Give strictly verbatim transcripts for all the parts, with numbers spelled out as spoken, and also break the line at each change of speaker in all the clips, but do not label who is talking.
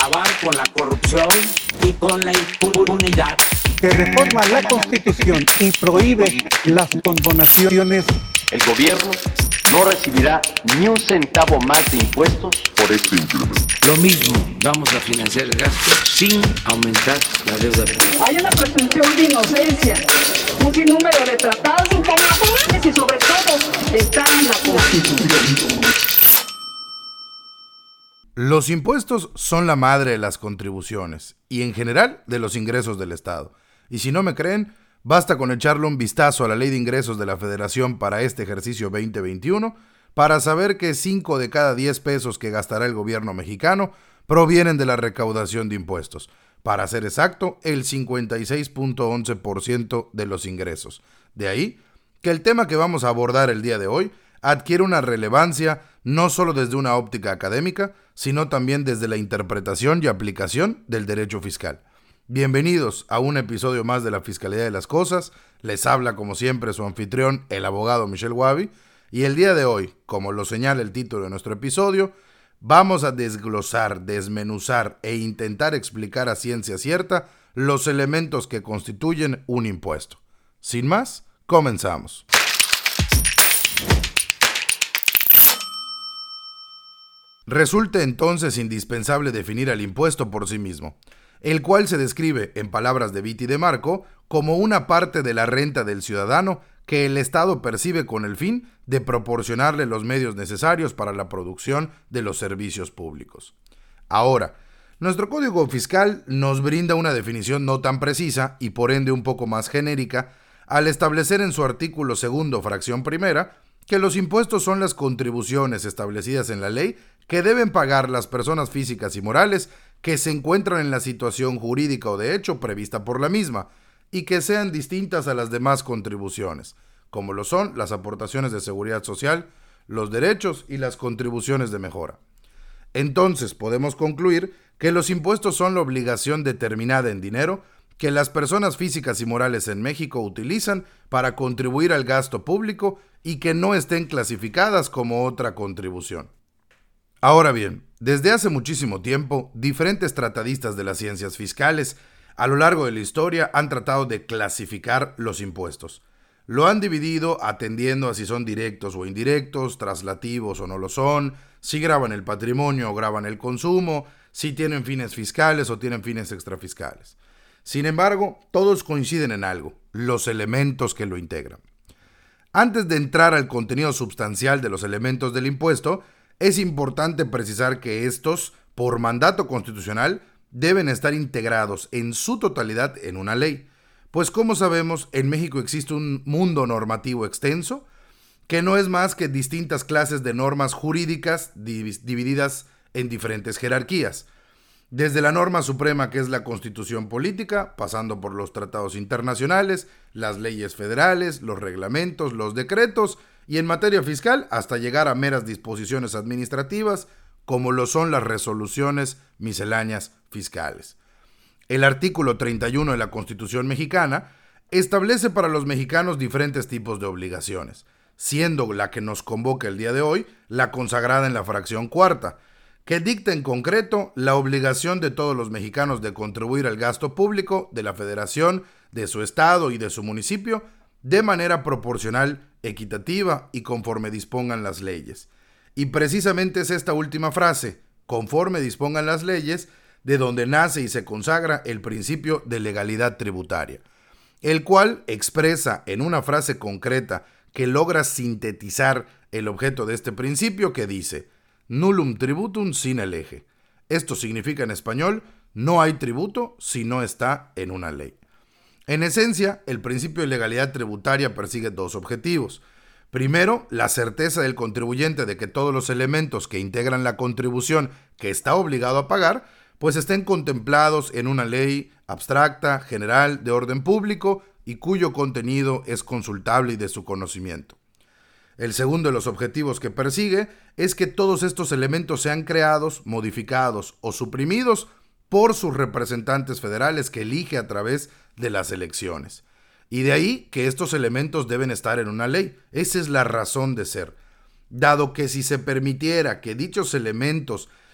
acabar con la corrupción y con la impunidad.
Que reforma la Constitución y prohíbe las condonaciones.
El gobierno no recibirá ni un centavo más de impuestos por este incremento.
Lo mismo, vamos a financiar el gasto sin aumentar la deuda.
Hay una presunción de inocencia, un sinnúmero de tratados internacionales y sobre todo está en la Constitución.
Los impuestos son la madre de las contribuciones y en general de los ingresos del Estado. Y si no me creen, basta con echarle un vistazo a la Ley de Ingresos de la Federación para este ejercicio veinte veintiuno para saber que cinco de cada diez pesos que gastará el gobierno mexicano provienen de la recaudación de impuestos. Para ser exacto, el cincuenta y seis punto once por ciento de los ingresos. De ahí que el tema que vamos a abordar el día de hoy adquiere una relevancia no solo desde una óptica académica, sino también desde la interpretación y aplicación del derecho fiscal. Bienvenidos a un episodio más de la Fiscalidad de las Cosas. Les habla como siempre su anfitrión, el abogado Michel Wabi, y el día de hoy, como lo señala el título de nuestro episodio, vamos a desglosar, desmenuzar e intentar explicar a ciencia cierta los elementos que constituyen un impuesto. Sin más, comenzamos. Resulta entonces indispensable definir al impuesto por sí mismo, el cual se describe, en palabras de Vitti de Marco, como una parte de la renta del ciudadano que el Estado percibe con el fin de proporcionarle los medios necesarios para la producción de los servicios públicos. Ahora, nuestro Código Fiscal nos brinda una definición no tan precisa y por ende un poco más genérica al establecer en su artículo segundo, fracción primera, que los impuestos son las contribuciones establecidas en la ley que deben pagar las personas físicas y morales que se encuentran en la situación jurídica o de hecho prevista por la misma y que sean distintas a las demás contribuciones, como lo son las aportaciones de seguridad social, los derechos y las contribuciones de mejora. Entonces podemos concluir que los impuestos son la obligación determinada en dinero que las personas físicas y morales en México utilizan para contribuir al gasto público y que no estén clasificadas como otra contribución. Ahora bien, desde hace muchísimo tiempo, diferentes tratadistas de las ciencias fiscales a lo largo de la historia han tratado de clasificar los impuestos. Lo han dividido atendiendo a si son directos o indirectos, traslativos o no lo son, si gravan el patrimonio o gravan el consumo, si tienen fines fiscales o tienen fines extrafiscales. Sin embargo, todos coinciden en algo, los elementos que lo integran. Antes de entrar al contenido sustancial de los elementos del impuesto, es importante precisar que estos, por mandato constitucional, deben estar integrados en su totalidad en una ley. Pues como sabemos, en México existe un mundo normativo extenso, que no es más que distintas clases de normas jurídicas div- divididas en diferentes jerarquías. Desde la norma suprema que es la Constitución política, pasando por los tratados internacionales, las leyes federales, los reglamentos, los decretos y en materia fiscal hasta llegar a meras disposiciones administrativas como lo son las resoluciones misceláneas fiscales. El artículo treinta y uno de la Constitución mexicana establece para los mexicanos diferentes tipos de obligaciones, siendo la que nos convoca el día de hoy la consagrada en la fracción cuarta, que dicta en concreto la obligación de todos los mexicanos de contribuir al gasto público de la federación, de su estado y de su municipio de manera proporcional, equitativa y conforme dispongan las leyes. Y precisamente es esta última frase, conforme dispongan las leyes, de donde nace y se consagra el principio de legalidad tributaria, el cual expresa en una frase concreta que logra sintetizar el objeto de este principio que dice nullum tributum sine lege. Esto significa en español, no hay tributo si no está en una ley. En esencia, el principio de legalidad tributaria persigue dos objetivos. Primero, la certeza del contribuyente de que todos los elementos que integran la contribución que está obligado a pagar, pues estén contemplados en una ley abstracta, general, de orden público y cuyo contenido es consultable y de su conocimiento. El segundo de los objetivos que persigue es que todos estos elementos sean creados, modificados o suprimidos por sus representantes federales que elige a través de las elecciones. Y de ahí que estos elementos deben estar en una ley. Esa es la razón de ser. Dado que si se permitiera que dichos elementos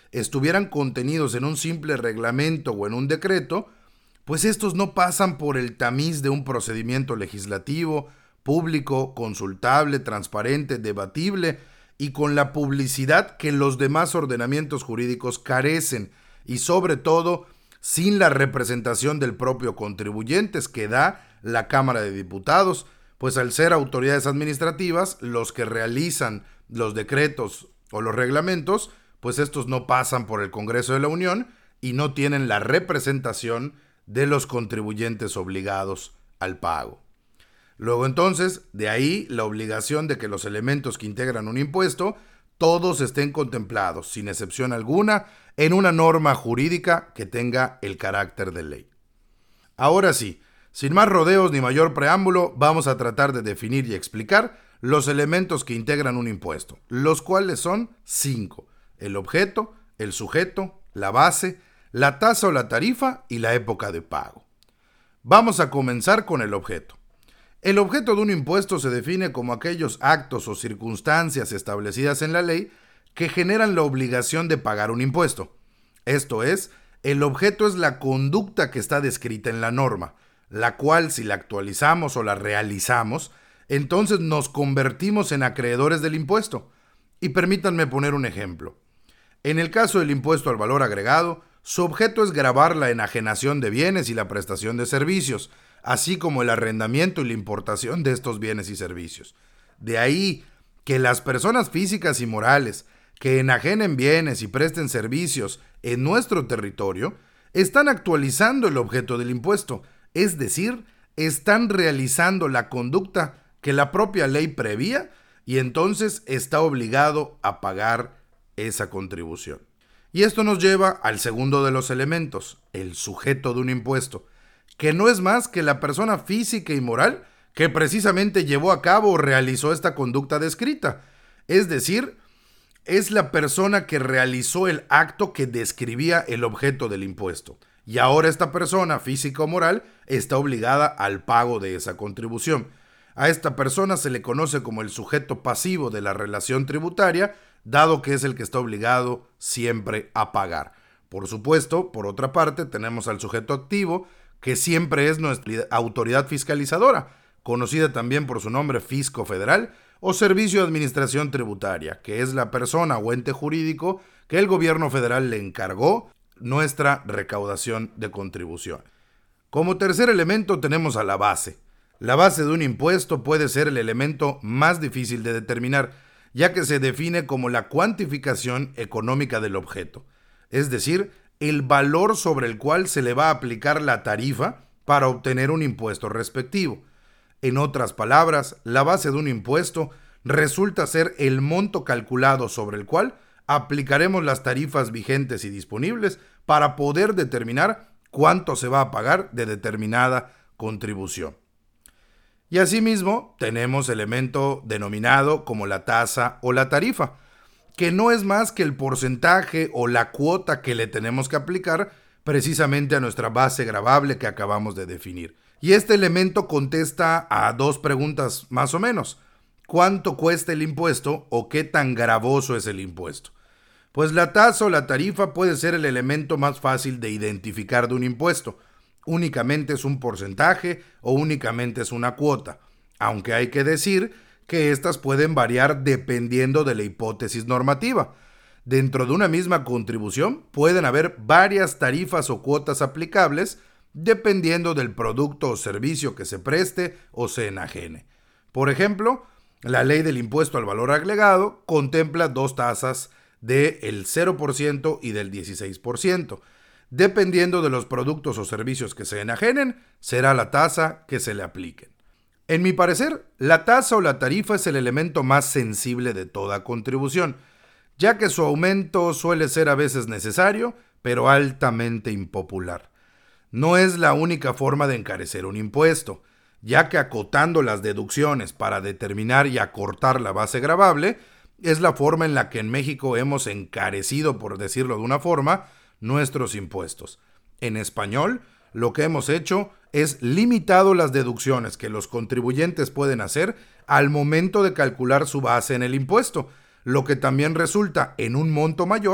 estuvieran contenidos en un simple reglamento o en un decreto, pues estos no pasan por el tamiz de un procedimiento legislativo, público, consultable, transparente, debatible y con la publicidad que los demás ordenamientos jurídicos carecen y sobre todo sin la representación del propio contribuyente que da la Cámara de Diputados, pues al ser autoridades administrativas los que realizan los decretos o los reglamentos, pues estos no pasan por el Congreso de la Unión y no tienen la representación de los contribuyentes obligados al pago. Luego entonces, de ahí la obligación de que los elementos que integran un impuesto todos estén contemplados, sin excepción alguna, en una norma jurídica que tenga el carácter de ley. Ahora sí, sin más rodeos ni mayor preámbulo, vamos a tratar de definir y explicar los elementos que integran un impuesto, los cuales son cinco: el objeto, el sujeto, la base, la tasa o la tarifa y la época de pago. Vamos a comenzar con el objeto. El objeto de un impuesto se define como aquellos actos o circunstancias establecidas en la ley que generan la obligación de pagar un impuesto. Esto es, el objeto es la conducta que está descrita en la norma, la cual si la actualizamos o la realizamos, entonces nos convertimos en acreedores del impuesto. Y permítanme poner un ejemplo. En el caso del impuesto al valor agregado, su objeto es gravar la enajenación de bienes y la prestación de servicios, así como el arrendamiento y la importación de estos bienes y servicios. De ahí que las personas físicas y morales que enajenen bienes y presten servicios en nuestro territorio están actualizando el objeto del impuesto, es decir, están realizando la conducta que la propia ley prevía y entonces está obligado a pagar esa contribución. Y esto nos lleva al segundo de los elementos, el sujeto de un impuesto, que no es más que la persona física y moral que precisamente llevó a cabo o realizó esta conducta descrita. Es decir, es la persona que realizó el acto que describía el objeto del impuesto. Y ahora esta persona física o moral está obligada al pago de esa contribución. A esta persona se le conoce como el sujeto pasivo de la relación tributaria, dado que es el que está obligado siempre a pagar. Por supuesto, por otra parte, tenemos al sujeto activo, que siempre es nuestra autoridad fiscalizadora, conocida también por su nombre Fisco Federal o Servicio de Administración Tributaria, que es la persona o ente jurídico que el gobierno federal le encargó nuestra recaudación de contribución. Como tercer elemento tenemos a la base. La base de un impuesto puede ser el elemento más difícil de determinar, ya que se define como la cuantificación económica del objeto, es decir, el valor sobre el cual se le va a aplicar la tarifa para obtener un impuesto respectivo. En otras palabras, la base de un impuesto resulta ser el monto calculado sobre el cual aplicaremos las tarifas vigentes y disponibles para poder determinar cuánto se va a pagar de determinada contribución. Y asimismo, tenemos el elemento denominado como la tasa o la tarifa, que no es más que el porcentaje o la cuota que le tenemos que aplicar precisamente a nuestra base gravable que acabamos de definir. Y este elemento contesta a dos preguntas más o menos. ¿Cuánto cuesta el impuesto o qué tan gravoso es el impuesto? Pues la tasa o la tarifa puede ser el elemento más fácil de identificar de un impuesto. Únicamente es un porcentaje o únicamente es una cuota, aunque hay que decir que estas pueden variar dependiendo de la hipótesis normativa. Dentro de una misma contribución pueden haber varias tarifas o cuotas aplicables dependiendo del producto o servicio que se preste o se enajene. Por ejemplo, la ley del impuesto al valor agregado contempla dos tasas del cero por ciento y del dieciséis por ciento. Dependiendo de los productos o servicios que se enajenen, será la tasa que se le apliquen. En mi parecer, la tasa o la tarifa es el elemento más sensible de toda contribución, ya que su aumento suele ser a veces necesario, pero altamente impopular. No es la única forma de encarecer un impuesto, ya que acotando las deducciones para determinar y acortar la base gravable, es la forma en la que en México hemos encarecido, por decirlo de una forma, nuestros impuestos. En español, lo que hemos hecho es limitado las deducciones que los contribuyentes pueden hacer al momento de calcular su base en el impuesto, lo que también resulta en un monto mayor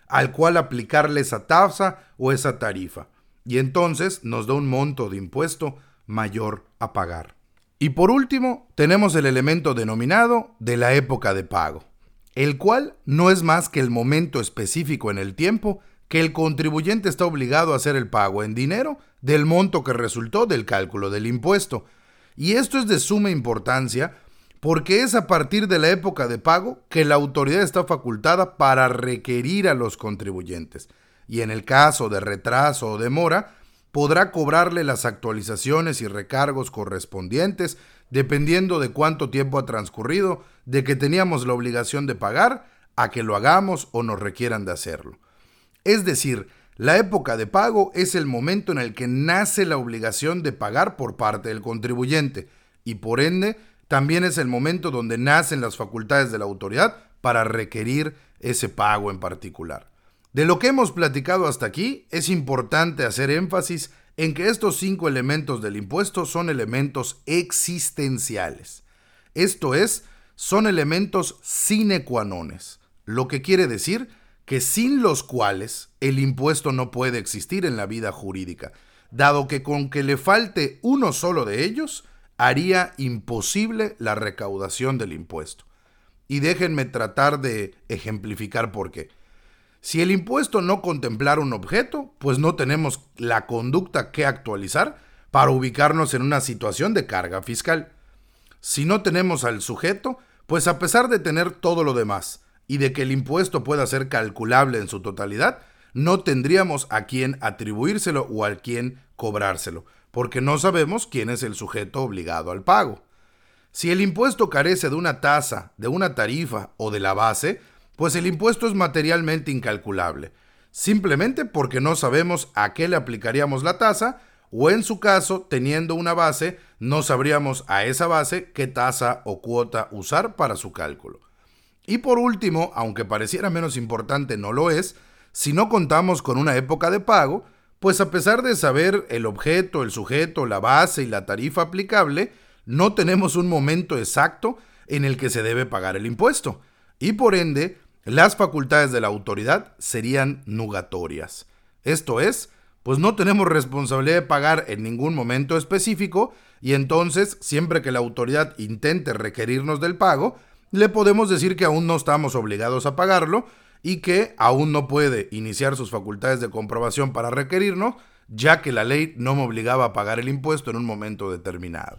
al cual aplicarle esa tasa o esa tarifa, y entonces nos da un monto de impuesto mayor a pagar. Y por último, tenemos el elemento denominado de la época de pago, el cual no es más que el momento específico en el tiempo que el contribuyente está obligado a hacer el pago en dinero del monto que resultó del cálculo del impuesto. Y esto es de suma importancia porque es a partir de la época de pago que la autoridad está facultada para requerir a los contribuyentes. Y en el caso de retraso o demora, podrá cobrarle las actualizaciones y recargos correspondientes dependiendo de cuánto tiempo ha transcurrido de que teníamos la obligación de pagar a que lo hagamos o nos requieran de hacerlo. Es decir, la época de pago es el momento en el que nace la obligación de pagar por parte del contribuyente y por ende también es el momento donde nacen las facultades de la autoridad para requerir ese pago en particular. De lo que hemos platicado hasta aquí, es importante hacer énfasis en que estos cinco elementos del impuesto son elementos existenciales. Esto es, son elementos sine qua non, lo que quiere decir que sin los cuales el impuesto no puede existir en la vida jurídica, dado que con que le falte uno solo de ellos, haría imposible la recaudación del impuesto. Y déjenme tratar de ejemplificar por qué. Si el impuesto no contemplara un objeto, pues no tenemos la conducta que actualizar para ubicarnos en una situación de carga fiscal. Si no tenemos al sujeto, pues a pesar de tener todo lo demás y de que el impuesto pueda ser calculable en su totalidad, no tendríamos a quién atribuírselo o a quién cobrárselo, porque no sabemos quién es el sujeto obligado al pago. Si el impuesto carece de una tasa, de una tarifa o de la base, pues el impuesto es materialmente incalculable, simplemente porque no sabemos a qué le aplicaríamos la tasa o en su caso, teniendo una base, no sabríamos a esa base qué tasa o cuota usar para su cálculo. Y por último, aunque pareciera menos importante, no lo es, si no contamos con una época de pago, pues a pesar de saber el objeto, el sujeto, la base y la tarifa aplicable, no tenemos un momento exacto en el que se debe pagar el impuesto. Y por ende, las facultades de la autoridad serían nugatorias. Esto es, pues no tenemos responsabilidad de pagar en ningún momento específico y entonces, siempre que la autoridad intente requerirnos del pago, le podemos decir que aún no estamos obligados a pagarlo y que aún no puede iniciar sus facultades de comprobación para requerirnos, ya que la ley no me obligaba a pagar el impuesto en un momento determinado.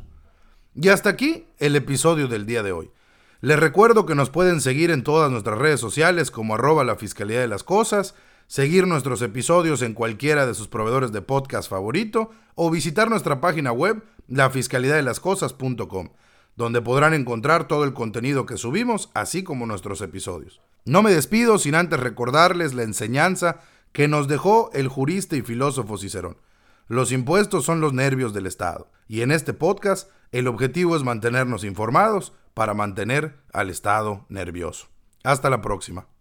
Y hasta aquí el episodio del día de hoy. Les recuerdo que nos pueden seguir en todas nuestras redes sociales como arroba la Fiscalía de las Cosas, seguir nuestros episodios en cualquiera de sus proveedores de podcast favorito o visitar nuestra página web la fiscalidad de las cosas punto com, donde podrán encontrar todo el contenido que subimos, así como nuestros episodios. No me despido sin antes recordarles la enseñanza que nos dejó el jurista y filósofo Cicerón. Los impuestos son los nervios del Estado, y en este podcast el objetivo es mantenernos informados para mantener al Estado nervioso. Hasta la próxima.